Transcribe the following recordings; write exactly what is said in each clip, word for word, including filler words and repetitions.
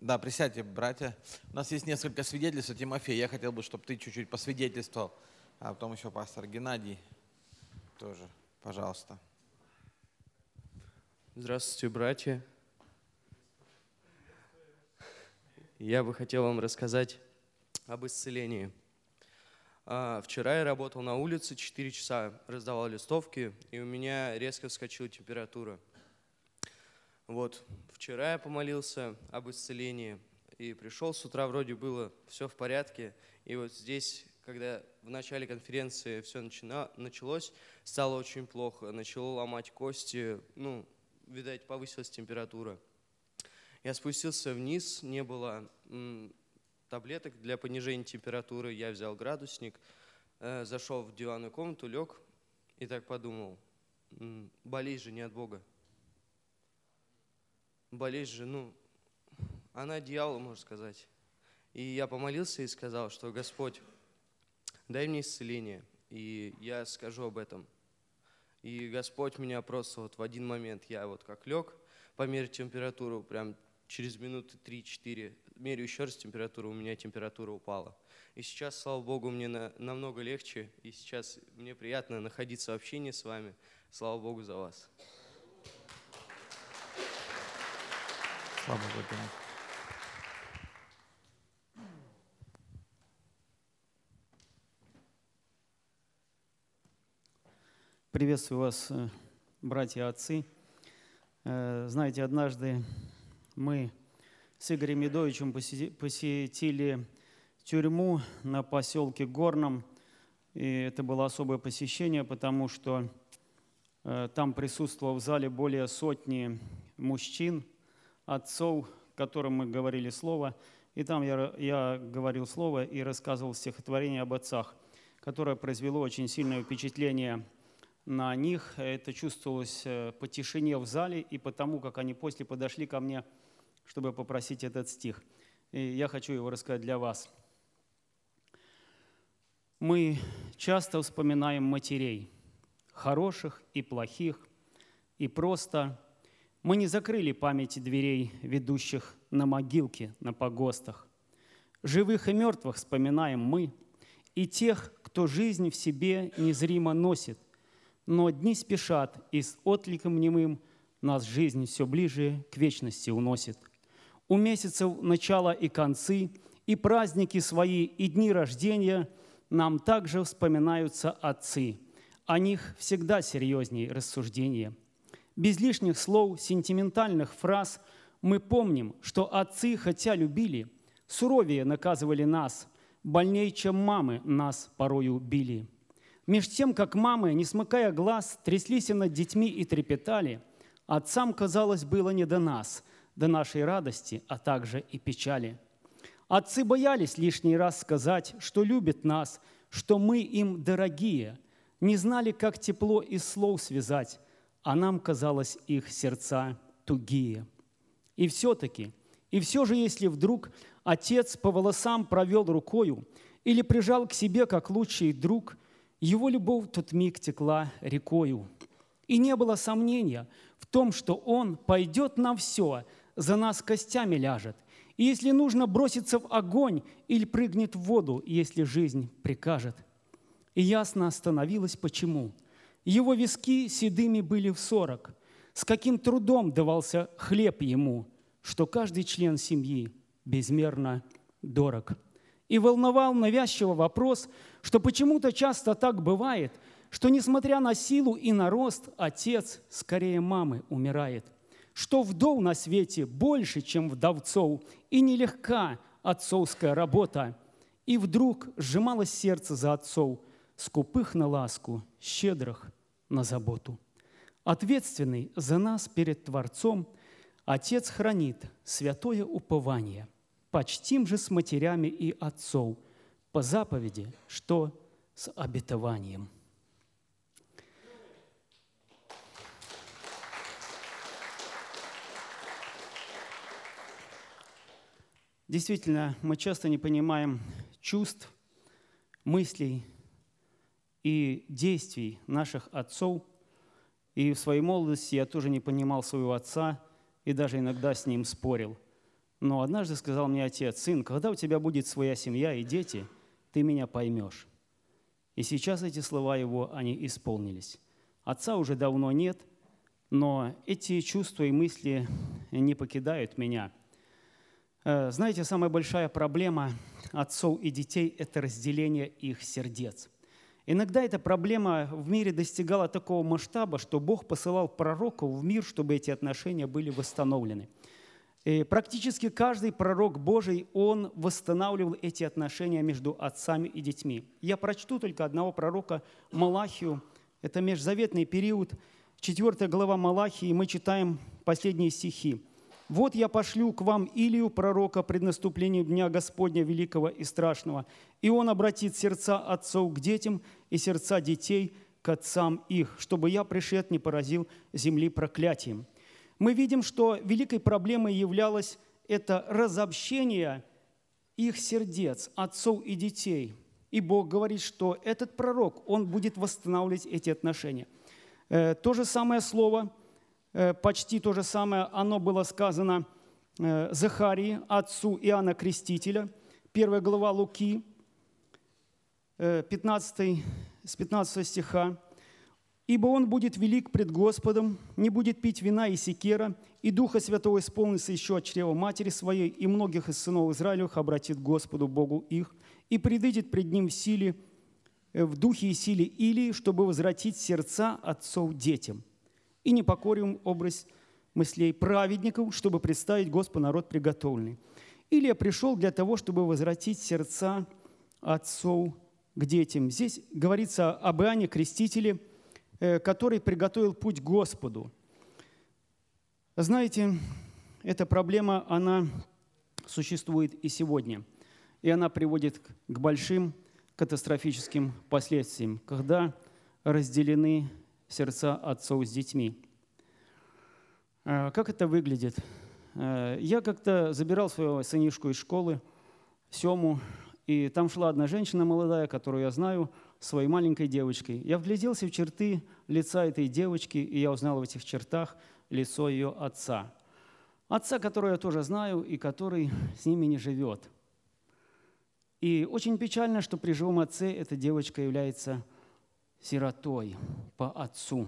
Да, присядьте, братья. У нас есть несколько свидетельств. Тимофей, я хотел бы, чтобы ты чуть-чуть посвидетельствовал. А потом еще пастор Геннадий тоже, пожалуйста. Здравствуйте, братья. Я бы хотел вам рассказать об исцелении. А, вчера я работал на улице, четыре часа раздавал листовки, и у меня резко вскочила температура. Вот, вчера я помолился об исцелении, и пришел с утра, вроде было все в порядке, и вот здесь, когда в начале конференции все начина, началось, стало очень плохо, начало ломать кости, ну, видать, повысилась температура. Я спустился вниз, не было м, таблеток для понижения температуры, я взял градусник, э, зашел в диванную комнату, лег и так подумал, м, болезнь же не от Бога. Болезнь же, ну, она дьявола, можно сказать. И я помолился и сказал, что Господь, дай мне исцеление, и я скажу об этом. И Господь меня просто вот в один момент, я вот как лег, померить температуру, прям через минуты три-четыре, мерю еще раз температуру, у меня температура упала. И сейчас, слава Богу, мне на, намного легче, и сейчас мне приятно находиться в общении с вами. Слава Богу за вас. Слава Богу. Приветствую вас, братья и отцы. Знаете, однажды мы с Игорем Медовичем посетили тюрьму на поселке Горном. И это было особое посещение, потому что там присутствовало в зале более сотни мужчин, отцов, которым мы говорили слово. И там я, я говорил слово и рассказывал стихотворение об отцах, которое произвело очень сильное впечатление на них. Это чувствовалось по тишине в зале и потому, как они после подошли ко мне, чтобы попросить этот стих. И я хочу его рассказать для вас. Мы часто вспоминаем матерей, хороших и плохих, и просто мы не закрыли памяти дверей, ведущих на могилки, на погостах. Живых и мертвых вспоминаем мы, и тех, кто жизнь в себе незримо носит, но дни спешат, и с откликом немым нас жизнь все ближе к вечности уносит. У месяцев начало и концы, и праздники свои, и дни рождения нам также вспоминаются отцы. О них всегда серьезней рассуждения. Без лишних слов, сентиментальных фраз мы помним, что отцы, хотя любили, суровее наказывали нас, больнее, чем мамы нас порою били. Меж тем, как мамы, не смыкая глаз, тряслись над детьми и трепетали, отцам, казалось, было не до нас, до нашей радости, а также и печали. Отцы боялись лишний раз сказать, что любят нас, что мы им дорогие, не знали, как тепло из слов связать, а нам казалось их сердца тугие. И все-таки, и все же, если вдруг отец по волосам провел рукою или прижал к себе, как лучший друг, его любовь в тот миг текла рекою. И не было сомнения в том, что он пойдет на все, за нас костями ляжет. И если нужно, броситься в огонь или прыгнет в воду, если жизнь прикажет. И ясно становилось, почему. Его виски седыми были в сорок. С каким трудом давался хлеб ему, что каждый член семьи безмерно дорог. И волновал навязчиво вопрос, что почему-то часто так бывает, что, несмотря на силу и на рост, отец скорее мамы умирает, что вдов на свете больше, чем вдовцов, и нелегка отцовская работа. И вдруг сжималось сердце за отцов, скупых на ласку, щедрых на заботу. Ответственный за нас перед Творцом, Отец хранит святое упование. Почтим же с матерями и отцов по заповеди, что с обетованием. Действительно, мы часто не понимаем чувств, мыслей и действий наших отцов. И в своей молодости я тоже не понимал своего отца и даже иногда с ним спорил. Но однажды сказал мне отец: сын, когда у тебя будет своя семья и дети, ты меня поймешь. И сейчас эти слова его, они исполнились. Отца уже давно нет, но эти чувства и мысли не покидают меня. Знаете, самая большая проблема отцов и детей – это разделение их сердец. Иногда эта проблема в мире достигала такого масштаба, что Бог посылал пророков в мир, чтобы эти отношения были восстановлены. И практически каждый пророк Божий, он восстанавливал эти отношения между отцами и детьми. Я прочту только одного пророка, Малахию. Это межзаветный период, четвёртая глава Малахии, мы читаем последние стихи. «Вот я пошлю к вам Илию, пророка, пред наступлением Дня Господня великого и страшного, и он обратит сердца отцов к детям и сердца детей к отцам их, чтобы я, пришед, не поразил земли проклятием». Мы видим, что великой проблемой являлось это разобщение их сердец, отцов и детей. И Бог говорит, что этот пророк, он будет восстанавливать эти отношения. То же самое слово, почти то же самое, оно было сказано Захарии, отцу Иоанна Крестителя, первая глава Луки, пятнадцатый, с пятнадцатого стиха. «Ибо он будет велик пред Господом, не будет пить вина и секера, и Духа Святого исполнится еще от чрева матери своей, и многих из сынов Израилевых обратит к Господу Богу их, и предыдет пред ним в силе, в духе и силе Илии, чтобы возвратить сердца отцов детям, и непокорим образ мыслей праведников, чтобы представить Господу народ приготовленный. Илия пришел для того, чтобы возвратить сердца отцов к детям». Здесь говорится об Иоанне Крестителе, который приготовил путь к Господу. Знаете, эта проблема, она существует и сегодня, и она приводит к большим катастрофическим последствиям, когда разделены сердца отцов с детьми. Как это выглядит? Я как-то забирал своего сынишку из школы, Сему, и там шла одна женщина молодая, которую я знаю, своей маленькой девочкой. Я вгляделся в черты лица этой девочки, и я узнал в этих чертах лицо ее отца. Отца, которого я тоже знаю, и который с ними не живет. И очень печально, что при живом отце эта девочка является сиротой по отцу.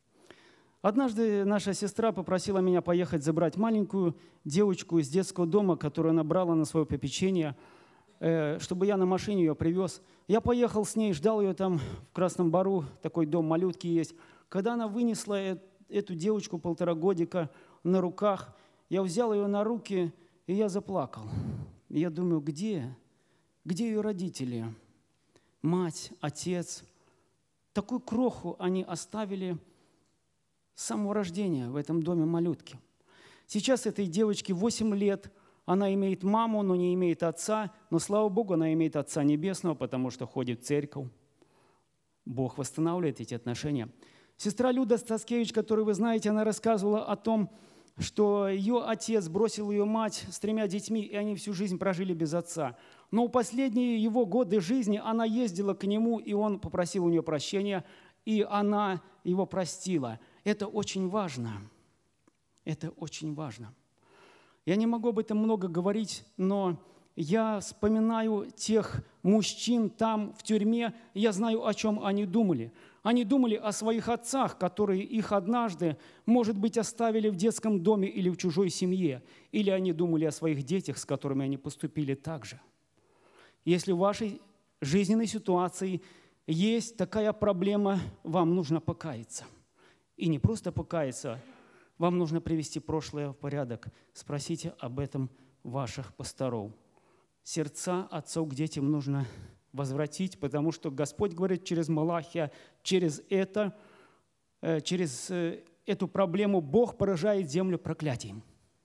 Однажды наша сестра попросила меня поехать забрать маленькую девочку из детского дома, которую она брала на свое попечение, чтобы я на машине ее привез. Я поехал с ней, ждал ее там в Красном Бару, такой дом малютки есть. Когда она вынесла эту девочку полтора годика на руках, я взял ее на руки, и я заплакал. И я думаю, где? Где ее родители? Мать, отец. Такую кроху они оставили с самого рождения в этом доме малютки. Сейчас этой девочке восемь лет. Она имеет маму, но не имеет отца. Но, слава Богу, она имеет Отца Небесного, потому что ходит в церковь. Бог восстанавливает эти отношения. Сестра Люда Стаскевич, которую вы знаете, она рассказывала о том, что ее отец бросил ее мать с тремя детьми, и они всю жизнь прожили без отца. Но в последние его годы жизни она ездила к нему, и он попросил у нее прощения, и она его простила. Это очень важно. Это очень важно. Я не могу об этом много говорить, но я вспоминаю тех мужчин там, в тюрьме, и я знаю, о чем они думали. Они думали о своих отцах, которые их однажды, может быть, оставили в детском доме или в чужой семье. Или они думали о своих детях, с которыми они поступили так же. Если в вашей жизненной ситуации есть такая проблема, вам нужно покаяться. И не просто покаяться, вам нужно привести прошлое в порядок. Спросите об этом ваших пасторов. Сердца отцов к детям нужно возвратить, потому что Господь говорит через Малахия, через это, через эту проблему Бог поражает землю проклятием.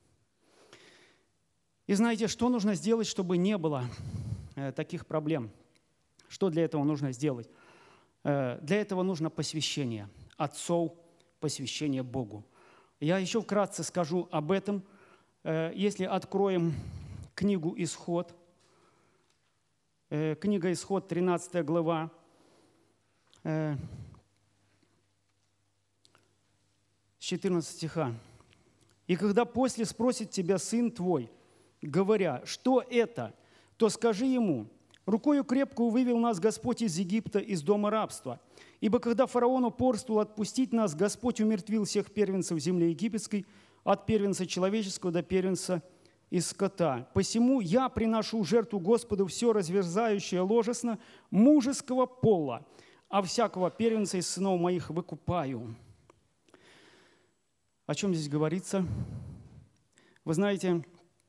И знаете, что нужно сделать, чтобы не было таких проблем? Что для этого нужно сделать? Для этого нужно посвящение отцов, посвящение Богу. Я еще вкратце скажу об этом. Если откроем книгу «Исход», книга «Исход», тринадцатая глава, с четырнадцатого стиха. «И когда после спросит тебя сын твой, говоря, что это, то скажи ему, рукою крепкую вывел нас Господь из Египта, из дома рабства. Ибо когда фараон упорствовал отпустить нас, Господь умертвил всех первенцев земли египетской, от первенца человеческого до первенца из скота. Посему я приношу жертву Господу все разверзающее ложесно мужеского пола, а всякого первенца из сынов моих выкупаю». О чем здесь говорится? Вы знаете,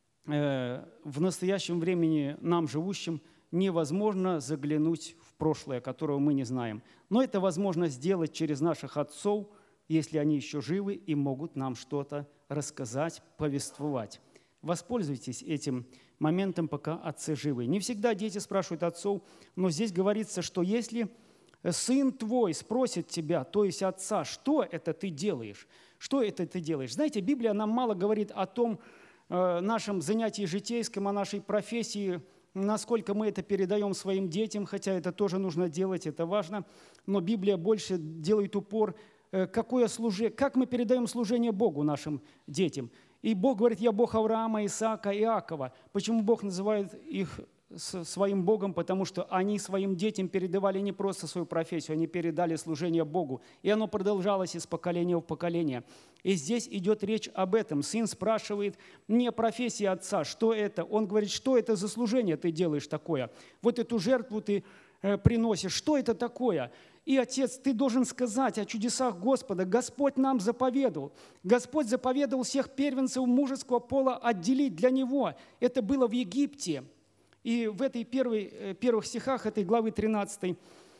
в настоящем времени нам, живущим, невозможно заглянуть в прошлое, которого мы не знаем. Но это возможно сделать через наших отцов, если они еще живы и могут нам что-то рассказать, повествовать. Воспользуйтесь этим моментом, пока отцы живы. Не всегда дети спрашивают отцов, но здесь говорится, что если сын твой спросит тебя, то есть отца, что это ты делаешь? Что это ты делаешь? Знаете, Библия нам мало говорит о том, э, нашем занятии житейском, о нашей профессии, насколько мы это передаем своим детям, хотя это тоже нужно делать, это важно. Но Библия больше делает упор, э, какое служение, как мы передаем служение Богу нашим детям. И Бог говорит: «Я Бог Авраама, Исаака, Иакова». Почему Бог называет их своим Богом? Потому что они своим детям передавали не просто свою профессию, они передали служение Богу. И оно продолжалось из поколения в поколение. И здесь идет речь об этом. Сын спрашивает не профессии отца, что это. Он говорит: что это за служение ты делаешь такое? Вот эту жертву ты э, приносишь, что это такое? И, отец, ты должен сказать о чудесах Господа. Господь нам заповедовал. Господь заповедовал всех первенцев мужеского пола отделить для Него. Это было в Египте. И в этой первой, первых стихах этой главы тринадцатой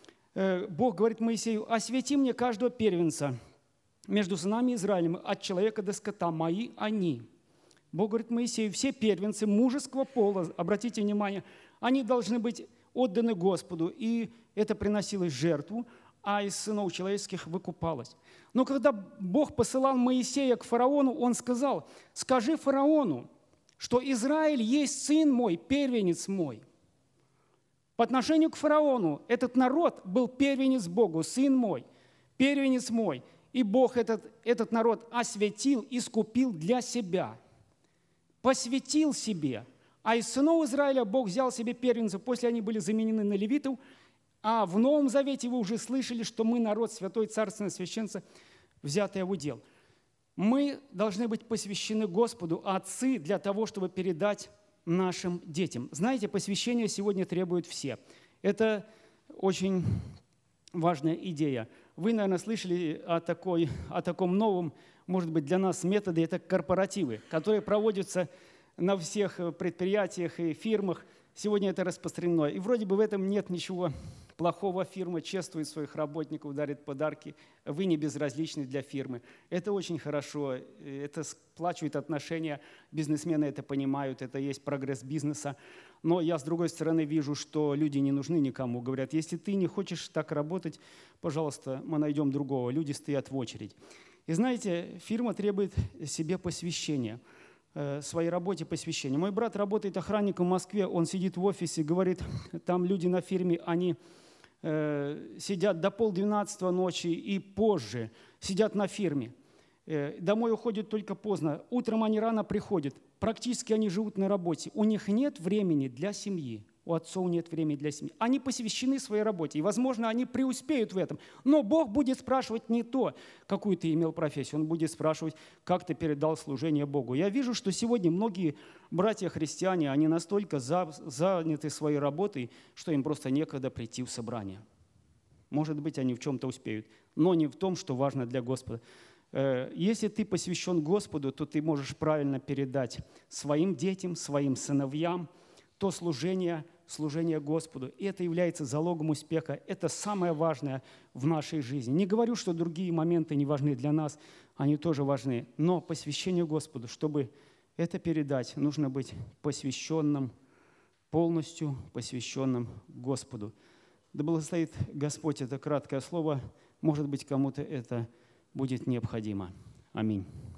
Бог говорит Моисею: «Освети мне каждого первенца между сынами Израилем, от человека до скота, мои они». Бог говорит Моисею: все первенцы мужеского пола, обратите внимание, они должны быть отданы Господу, и это приносилось в жертву, а из сынов человеческих выкупалось. Но когда Бог посылал Моисея к фараону, он сказал: «Скажи фараону, что Израиль есть сын мой, первенец мой». По отношению к фараону этот народ был первенец Богу, сын мой, первенец мой. И Бог этот, этот народ осветил, искупил для себя, посвятил себе. А из сынов Израиля Бог взял себе первенцев, после они были заменены на левитов. А в Новом Завете вы уже слышали, что мы народ святой, царственное священство, взятое в удел. Мы должны быть посвящены Господу, отцы, для того, чтобы передать нашим детям. Знаете, посвящение сегодня требуют все. Это очень важная идея. Вы, наверное, слышали о, такой, о таком новом, может быть, для нас методе, это корпоративы, которые проводятся на всех предприятиях и фирмах. Сегодня это распространено. И вроде бы в этом нет ничего плохого. Фирма чествует своих работников, дарит подарки. Вы не безразличны для фирмы. Это очень хорошо. Это сплачивает отношения. Бизнесмены это понимают. Это есть прогресс бизнеса. Но я, с другой стороны, вижу, что люди не нужны никому. Говорят: если ты не хочешь так работать, пожалуйста, мы найдем другого. Люди стоят в очередь. И знаете, фирма требует себе посвящения, своей работе посвящения. Мой брат работает охранником в Москве, он сидит в офисе, говорит, там люди на фирме, они э, сидят до полдвенадцатого ночи и позже, сидят на фирме. Э, домой уходят только поздно, утром они рано приходят, практически они живут на работе. У них нет времени для семьи, у отцов нет времени для семьи. Они посвящены своей работе, и, возможно, они преуспеют в этом. Но Бог будет спрашивать не то, какую ты имел профессию, Он будет спрашивать, как ты передал служение Богу. Я вижу, что сегодня многие братья-христиане, они настолько заняты своей работой, что им просто некогда прийти в собрание. Может быть, они в чем-то успеют, но не в том, что важно для Господа. Если ты посвящен Господу, то ты можешь правильно передать своим детям, своим сыновьям то служение, служение Господу. И это является залогом успеха. Это самое важное в нашей жизни. Не говорю, что другие моменты не важны для нас, они тоже важны. Но посвящение Господу, чтобы это передать, нужно быть посвященным, полностью посвященным Господу. Да благословит Господь это краткое слово. Может быть, кому-то это будет необходимо. Аминь.